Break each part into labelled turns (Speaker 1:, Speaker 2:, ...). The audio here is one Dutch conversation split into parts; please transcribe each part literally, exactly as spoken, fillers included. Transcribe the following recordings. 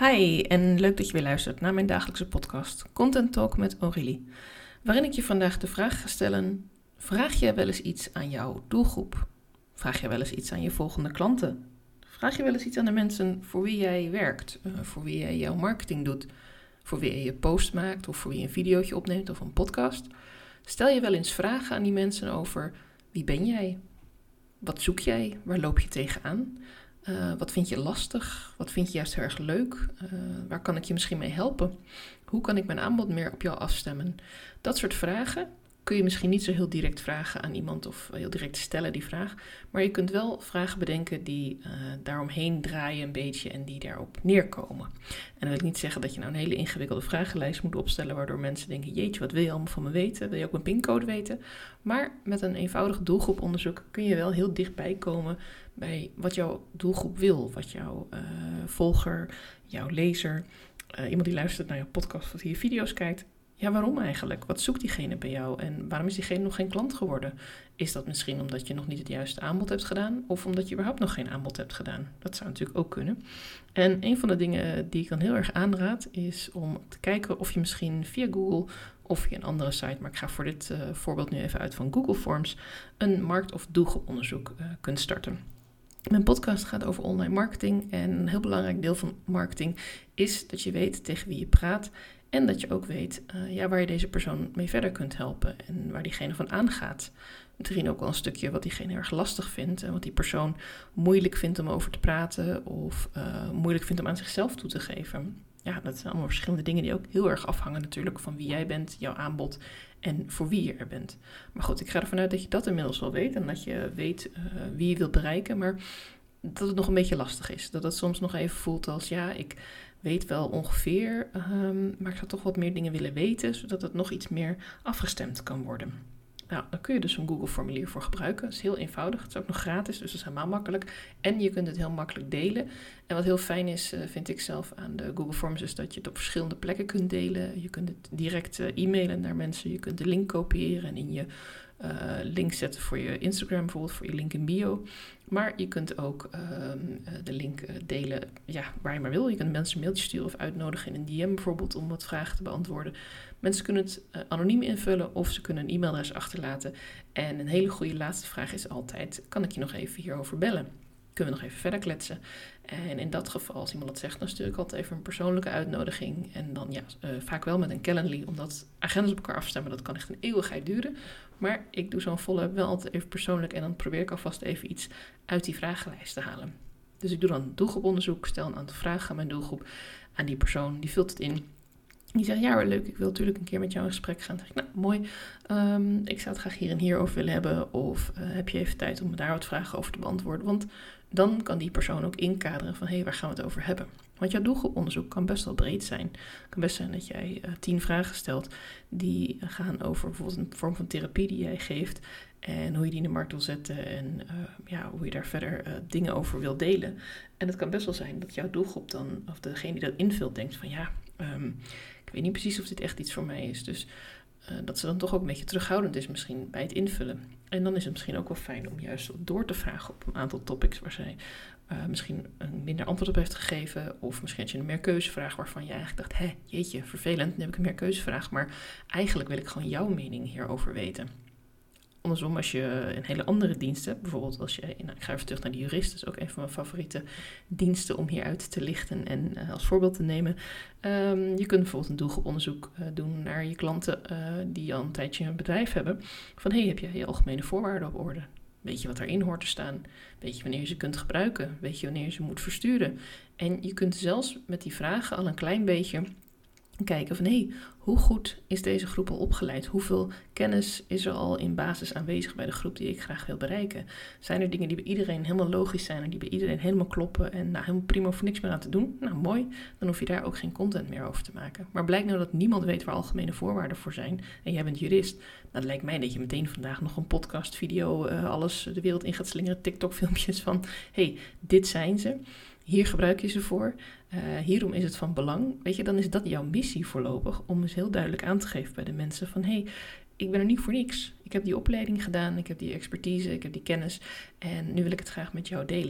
Speaker 1: Hi en leuk dat je weer luistert naar mijn dagelijkse podcast Content Talk met Aurélie, waarin ik je vandaag de vraag ga stellen: vraag je wel eens iets aan jouw doelgroep? Vraag je wel eens iets aan je volgende klanten? Vraag je wel eens iets aan de mensen voor wie jij werkt, uh, voor wie jij jouw marketing doet, voor wie je je post maakt of voor wie je een videootje opneemt of een podcast? Stel je wel eens vragen aan die mensen over: wie ben jij? Wat zoek jij? Waar loop je tegenaan? Uh, wat vind je lastig? Wat vind je juist heel erg leuk? Uh, waar kan ik je misschien mee helpen? Hoe kan ik mijn aanbod meer op jou afstemmen? Dat soort vragen kun je misschien niet zo heel direct vragen aan iemand of heel direct stellen die vraag. Maar je kunt wel vragen bedenken die uh, daaromheen draaien een beetje en die daarop neerkomen. En dan wil ik niet zeggen dat je nou een hele ingewikkelde vragenlijst moet opstellen waardoor mensen denken: jeetje, wat wil je allemaal van me weten? Wil je ook mijn pincode weten? Maar met een eenvoudig doelgroeponderzoek kun je wel heel dichtbij komen bij wat jouw doelgroep wil. Wat jouw uh, volger, jouw lezer, uh, iemand die luistert naar je podcast of die je video's kijkt. Ja, waarom eigenlijk? Wat zoekt diegene bij jou en waarom is diegene nog geen klant geworden? Is dat misschien omdat je nog niet het juiste aanbod hebt gedaan of omdat je überhaupt nog geen aanbod hebt gedaan? Dat zou natuurlijk ook kunnen. En een van de dingen die ik dan heel erg aanraad is om te kijken of je misschien via Google of via een andere site, maar ik ga voor dit uh, voorbeeld nu even uit van Google Forms, een markt- of doelgroeponderzoek uh, kunt starten. Mijn podcast gaat over online marketing en een heel belangrijk deel van marketing is dat je weet tegen wie je praat en dat je ook weet uh, ja, waar je deze persoon mee verder kunt helpen en waar diegene van aangaat. Misschien ook wel een stukje wat diegene erg lastig vindt en wat die persoon moeilijk vindt om over te praten of uh, moeilijk vindt om aan zichzelf toe te geven. Ja, dat zijn allemaal verschillende dingen die ook heel erg afhangen natuurlijk van wie jij bent, jouw aanbod en voor wie je er bent. Maar goed, ik ga ervan uit dat je dat inmiddels wel weet en dat je weet uh, wie je wilt bereiken, maar dat het nog een beetje lastig is. Dat het soms nog even voelt als ja, ik weet wel ongeveer, um, maar ik zou toch wat meer dingen willen weten, zodat het nog iets meer afgestemd kan worden. Nou, daar kun je dus een Google-formulier voor gebruiken. Dat is heel eenvoudig. Het is ook nog gratis, dus dat is helemaal makkelijk. En je kunt het heel makkelijk delen. En wat heel fijn is, vind ik zelf aan de Google Forms, is dat je het op verschillende plekken kunt delen. Je kunt het direct e-mailen naar mensen. Je kunt de link kopiëren en in je uh, link zetten voor je Instagram, bijvoorbeeld voor je link in bio. Maar je kunt ook uh, de link delen ja, waar je maar wil. Je kunt mensen een mailtje sturen of uitnodigen in een D M bijvoorbeeld om wat vragen te beantwoorden. Mensen kunnen het uh, anoniem invullen of ze kunnen een e-mailadres achterlaten. En een hele goede laatste vraag is altijd: kan ik je nog even hierover bellen? Kunnen we nog even verder kletsen? En in dat geval, als iemand dat zegt, dan stuur ik altijd even een persoonlijke uitnodiging. En dan ja, uh, vaak wel met een Calendly, omdat agendas op elkaar afstemmen, dat kan echt een eeuwigheid duren. Maar ik doe zo'n follow-up wel altijd even persoonlijk en dan probeer ik alvast even iets uit die vragenlijst te halen. Dus ik doe dan een doelgroeponderzoek, stel een aantal vragen aan mijn doelgroep, aan die persoon, die vult het in. Die zegt: ja, leuk, ik wil natuurlijk een keer met jou in gesprek gaan. Dan zeg ik: nou, mooi, um, ik zou het graag hier en hier over willen hebben. Of uh, heb je even tijd om me daar wat vragen over te beantwoorden? Want dan kan die persoon ook inkaderen van: hé, hey, waar gaan we het over hebben? Want jouw doelgroeponderzoek kan best wel breed zijn. Het kan best zijn dat jij uh, tien vragen stelt die gaan over bijvoorbeeld een vorm van therapie die jij geeft. En hoe je die in de markt wil zetten en uh, ja, hoe je daar verder uh, dingen over wil delen. En het kan best wel zijn dat jouw doelgroep dan, of degene die dat invult, denkt van ja, um, ik weet niet precies of dit echt iets voor mij is. Dus uh, dat ze dan toch ook een beetje terughoudend is misschien bij het invullen. En dan is het misschien ook wel fijn om juist door te vragen op een aantal topics waar zij uh, misschien een minder antwoord op heeft gegeven. Of misschien had je een meerkeuzevraag waarvan je eigenlijk dacht: hé, jeetje, vervelend, nu heb ik een meerkeuzevraag. Maar eigenlijk wil ik gewoon jouw mening hierover weten. Andersom, als je een hele andere dienst hebt, bijvoorbeeld als je, nou, ik ga even terug naar de jurist, dat is ook een van mijn favoriete diensten om hieruit te lichten en uh, als voorbeeld te nemen. Um, je kunt bijvoorbeeld een doelgroeponderzoek uh, doen naar je klanten uh, die al een tijdje een bedrijf hebben. Van: hey, heb jij je algemene voorwaarden op orde? Weet je wat erin hoort te staan? Weet je wanneer je ze kunt gebruiken? Weet je wanneer je ze moet versturen? En je kunt zelfs met die vragen al een klein beetje kijken van: hé, hey, hoe goed is deze groep al opgeleid? Hoeveel kennis is er al in basis aanwezig bij de groep die ik graag wil bereiken? Zijn er dingen die bij iedereen helemaal logisch zijn en die bij iedereen helemaal kloppen en nou, helemaal prima voor niks meer aan te doen? Nou, mooi, dan hoef je daar ook geen content meer over te maken. Maar blijkt nou dat niemand weet waar algemene voorwaarden voor zijn en jij bent jurist, nou, het lijkt mij dat je meteen vandaag nog een podcast, video, uh, alles de wereld in gaat slingeren, TikTok-filmpjes van: hé, hey, dit zijn ze. Hier gebruik je ze voor. Uh, hierom is het van belang. Weet je, dan is dat jouw missie voorlopig. Om eens heel duidelijk aan te geven bij de mensen van: hé, hey, ik ben er niet voor niks. Ik heb die opleiding gedaan. Ik heb die expertise. Ik heb die kennis. En nu wil ik het graag met jou delen.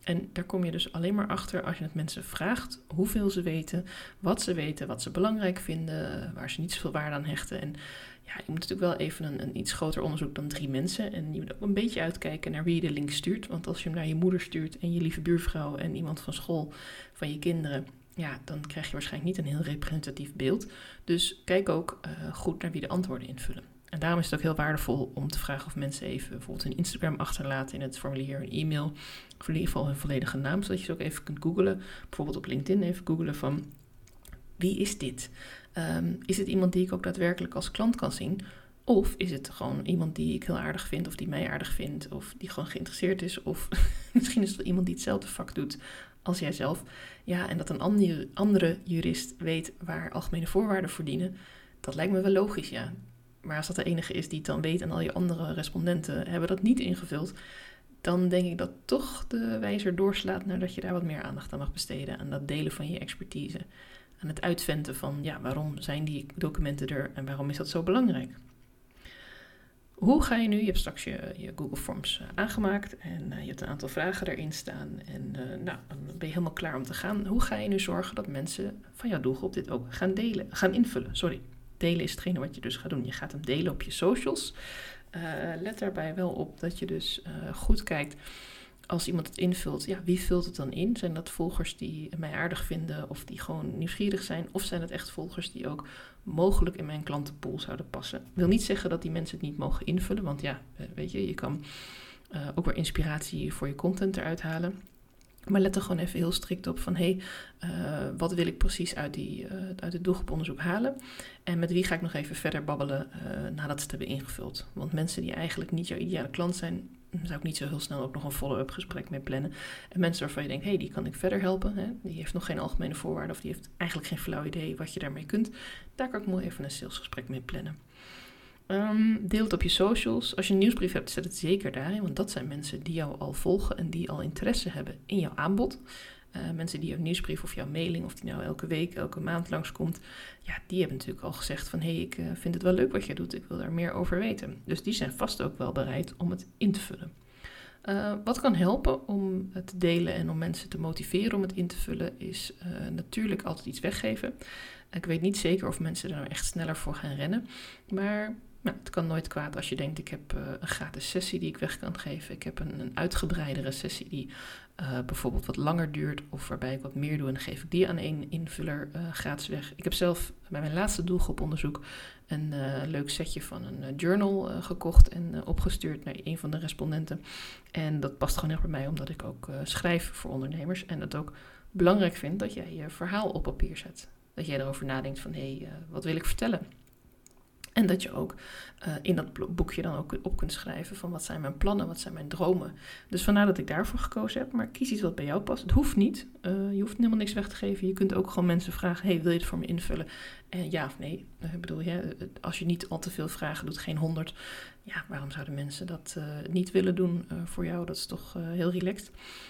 Speaker 1: En daar kom je dus alleen maar achter als je het mensen vraagt hoeveel ze weten, wat ze weten, wat ze belangrijk vinden, waar ze niet zoveel waarde aan hechten. En ja, je moet natuurlijk wel even een, een iets groter onderzoek dan drie mensen. En je moet ook een beetje uitkijken naar wie je de link stuurt. Want als je hem naar je moeder stuurt en je lieve buurvrouw en iemand van school, van je kinderen, ja, dan krijg je waarschijnlijk niet een heel representatief beeld. Dus kijk ook uh, goed naar wie de antwoorden invullen. En daarom is het ook heel waardevol om te vragen of mensen even bijvoorbeeld hun Instagram achterlaten in het formulier, een e-mail, of in ieder geval hun volledige naam, zodat je ze ook even kunt googlen. Bijvoorbeeld op LinkedIn even googlen van, wie is dit? Um, is het iemand die ik ook daadwerkelijk als klant kan zien? Of is het gewoon iemand die ik heel aardig vind, of die mij aardig vindt, of die gewoon geïnteresseerd is, of misschien is het iemand die hetzelfde vak doet als jijzelf. Ja, en dat een andere, andere jurist weet waar algemene voorwaarden voor dienen, dat lijkt me wel logisch, ja. Maar als dat de enige is die het dan weet en al je andere respondenten hebben dat niet ingevuld, dan denk ik dat toch de wijzer doorslaat naar dat je daar wat meer aandacht aan mag besteden. Aan dat delen van je expertise. Aan het uitventen van, ja, waarom zijn die documenten er en waarom is dat zo belangrijk? Hoe ga je nu, je hebt straks je, je Google Forms uh, aangemaakt en uh, je hebt een aantal vragen erin staan en uh, nou, dan ben je helemaal klaar om te gaan. Hoe ga je nu zorgen dat mensen van jouw doelgroep dit ook gaan delen, gaan invullen? Sorry, delen is hetgene wat je dus gaat doen. Je gaat hem delen op je socials. Uh, let daarbij wel op dat je dus uh, goed kijkt als iemand het invult. Ja, wie vult het dan in? Zijn dat volgers die mij aardig vinden of die gewoon nieuwsgierig zijn? Of zijn het echt volgers die ook mogelijk in mijn klantenpool zouden passen? Ik wil niet zeggen dat die mensen het niet mogen invullen, want ja, weet je, je kan uh, ook weer inspiratie voor je content eruit halen. Maar let er gewoon even heel strikt op van, hé, hey, uh, wat wil ik precies uit, die, uh, uit het doelgroeponderzoek halen? En met wie ga ik nog even verder babbelen uh, nadat ze het hebben ingevuld? Want mensen die eigenlijk niet jouw ideale klant zijn, zou ik niet zo heel snel ook nog een follow-up gesprek mee plannen. En mensen waarvan je denkt, hé, hey, die kan ik verder helpen. Hè? Die heeft nog geen algemene voorwaarden of die heeft eigenlijk geen flauw idee wat je daarmee kunt. Daar kan ik mooi even een salesgesprek mee plannen. Um, deel het op je socials. Als je een nieuwsbrief hebt, zet het zeker daarin. Want dat zijn mensen die jou al volgen en die al interesse hebben in jouw aanbod. Uh, mensen die jouw nieuwsbrief of jouw mailing, of die nou elke week, elke maand langskomt, ja, die hebben natuurlijk al gezegd van, hé, hey, ik uh, vind het wel leuk wat jij doet. Ik wil daar meer over weten. Dus die zijn vast ook wel bereid om het in te vullen. Uh, wat kan helpen om het te delen en om mensen te motiveren om het in te vullen, is uh, natuurlijk altijd iets weggeven. Ik weet niet zeker of mensen er nou echt sneller voor gaan rennen, maar nou, het kan nooit kwaad als je denkt, ik heb uh, een gratis sessie die ik weg kan geven. Ik heb een, een uitgebreidere sessie die uh, bijvoorbeeld wat langer duurt of waarbij ik wat meer doe en dan geef ik die aan één invuller uh, gratis weg. Ik heb zelf bij mijn laatste doelgroeponderzoek een uh, leuk setje van een uh, journal uh, gekocht en uh, opgestuurd naar een van de respondenten. En dat past gewoon heel bij mij omdat ik ook uh, schrijf voor ondernemers en het ook belangrijk vind dat jij je verhaal op papier zet. Dat jij erover nadenkt van, hé, hey, uh, wat wil ik vertellen? En dat je ook uh, in dat boekje dan ook op kunt schrijven van wat zijn mijn plannen, wat zijn mijn dromen. Dus vandaar dat ik daarvoor gekozen heb. Maar kies iets wat bij jou past. Het hoeft niet. Uh, je hoeft helemaal niks weg te geven. Je kunt ook gewoon mensen vragen, hey, wil je het voor me invullen? En ja of nee. Ik bedoel, ja, als je niet al te veel vragen doet, geen honderd. Ja, waarom zouden mensen dat uh, niet willen doen uh, voor jou? Dat is toch uh, heel relaxed.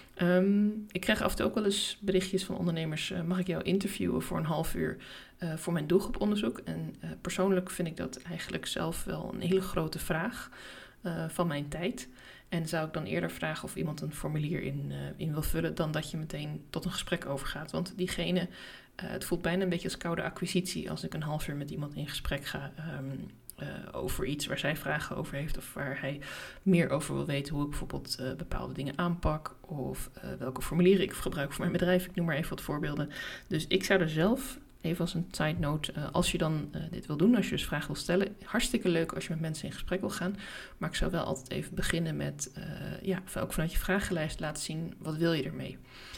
Speaker 1: Um, ik krijg af en toe ook wel eens berichtjes van ondernemers. Uh, mag ik jou interviewen voor een half uur uh, voor mijn doelgroeponderzoek? En uh, persoonlijk vind ik dat eigenlijk zelf wel een hele grote vraag uh, van mijn tijd. En zou ik dan eerder vragen of iemand een formulier in, uh, in wil vullen dan dat je meteen tot een gesprek overgaat. Want diegene, uh, het voelt bijna een beetje als koude acquisitie als ik een half uur met iemand in gesprek ga um, uh, over iets waar zij vragen over heeft of waar hij meer over wil weten, hoe ik bijvoorbeeld uh, bepaalde dingen aanpak of uh, welke formulieren ik gebruik voor mijn bedrijf. Ik noem maar even wat voorbeelden. Dus ik zou er zelf, even als een side note, uh, als je dan uh, dit wil doen, als je dus vragen wil stellen, hartstikke leuk als je met mensen in gesprek wil gaan. Maar ik zou wel altijd even beginnen met, uh, ja, ook vanuit je vragenlijst laten zien, wat wil je ermee?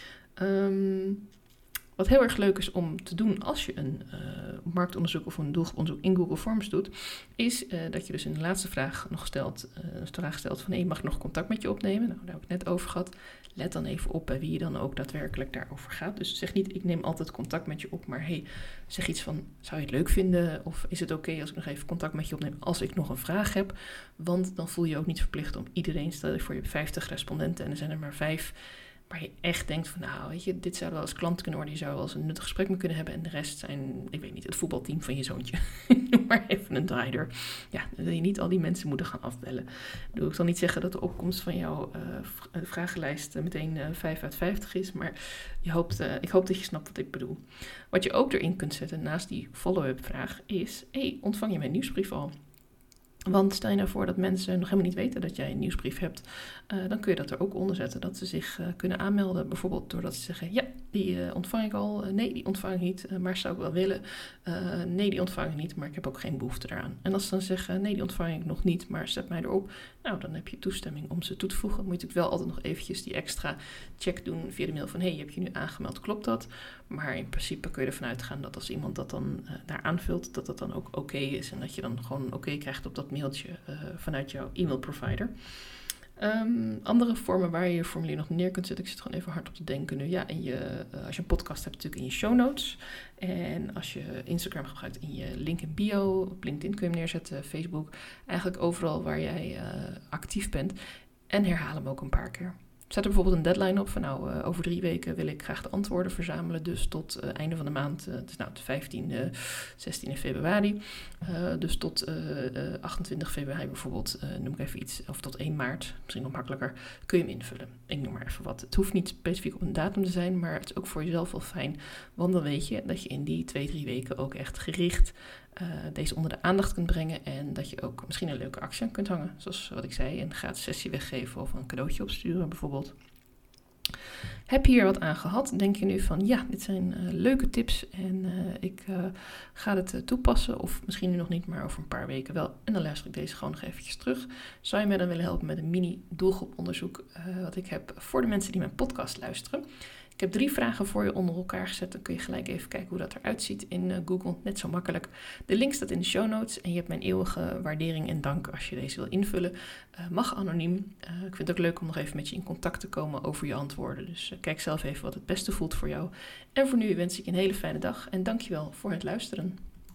Speaker 1: Um, Wat heel erg leuk is om te doen als je een uh, marktonderzoek of een doelgroeponderzoek in Google Forms doet, is uh, dat je dus in de laatste vraag nog stelt, uh, een vraag stelt van, hey, mag ik nog contact met je opnemen? Nou, daar heb ik het net over gehad. Let dan even op bij wie je dan ook daadwerkelijk daarover gaat. Dus zeg niet, ik neem altijd contact met je op, maar hey, zeg iets van, zou je het leuk vinden? Of is het oké okay als ik nog even contact met je opneem als ik nog een vraag heb? Want dan voel je je ook niet verplicht om iedereen, stel je voor je vijftig respondenten en er zijn er maar vijf, waar je echt denkt van, nou, weet je, dit zou wel als klant kunnen worden. Je zou wel eens een nuttig gesprek mee kunnen hebben. En de rest zijn, ik weet niet, het voetbalteam van je zoontje. Noem maar even een draaideur. Ja, dan wil je niet al die mensen moeten gaan afbellen. Ik, bedoel, ik zal niet zeggen dat de opkomst van jouw uh, v- vragenlijst uh, meteen uh, vijf uit vijftig is, maar je hoopt, uh, ik hoop dat je snapt wat ik bedoel. Wat je ook erin kunt zetten naast die follow-up vraag is, hey, ontvang je mijn nieuwsbrief al? Want stel je nou voor dat mensen nog helemaal niet weten dat jij een nieuwsbrief hebt, uh, dan kun je dat er ook onder zetten. Dat ze zich uh, kunnen aanmelden, bijvoorbeeld doordat ze zeggen, ja, die uh, ontvang ik al. Uh, nee, die ontvang ik niet, uh, maar zou ik wel willen. Uh, nee, die ontvang ik niet, maar ik heb ook geen behoefte eraan. En als ze dan zeggen, nee, die ontvang ik nog niet, maar zet mij erop. Nou, dan heb je toestemming om ze toe te voegen. Moet je natuurlijk wel altijd nog eventjes die extra check doen via de mail van, hey, heb je nu aangemeld, klopt dat? Maar in principe kun je ervan uitgaan dat als iemand dat dan uh, daar aanvult, dat dat dan ook oké okay is. En dat je dan gewoon oké okay krijgt op dat mailtje uh, vanuit jouw e-mailprovider. Um, andere vormen waar je je formulier nog neer kunt zetten. Ik zit gewoon even hard op te denken nu. Ja, in je, uh, als je een podcast hebt, natuurlijk in je show notes. En als je Instagram gebruikt, in je link in bio. Op LinkedIn kun je hem neerzetten, Facebook. Eigenlijk overal waar jij uh, actief bent. En herhaal hem ook een paar keer. Zet er bijvoorbeeld een deadline op van nou, uh, over drie weken wil ik graag de antwoorden verzamelen. Dus tot uh, einde van de maand, uh, dus nou, de vijftiende, zestiende februari. Uh, dus tot uh, uh, achtentwintig februari bijvoorbeeld, uh, noem ik even iets, of tot één maart, misschien nog makkelijker, kun je hem invullen. Ik noem maar even wat. Het hoeft niet specifiek op een datum te zijn, maar het is ook voor jezelf wel fijn. Want dan weet je dat je in die twee, drie weken ook echt gericht Uh, deze onder de aandacht kunt brengen en dat je ook misschien een leuke actie aan kunt hangen. Zoals wat ik zei, een gratis sessie weggeven of een cadeautje opsturen bijvoorbeeld. Heb je hier wat aan gehad? Denk je nu van ja, dit zijn uh, leuke tips en uh, ik uh, ga het uh, toepassen of misschien nu nog niet, maar over een paar weken wel. En dan luister ik deze gewoon nog eventjes terug. Zou je mij dan willen helpen met een mini doelgroeponderzoek uh, wat ik heb voor de mensen die mijn podcast luisteren? Ik heb drie vragen voor je onder elkaar gezet. Dan kun je gelijk even kijken hoe dat eruit ziet in uh, Google. Net zo makkelijk. De link staat in de show notes. En je hebt mijn eeuwige waardering en dank als je deze wil invullen. Uh, mag anoniem. Uh, ik vind het ook leuk om nog even met je in contact te komen over je antwoorden. Dus uh, kijk zelf even wat het beste voelt voor jou. En voor nu wens ik je een hele fijne dag. En dankjewel voor het luisteren.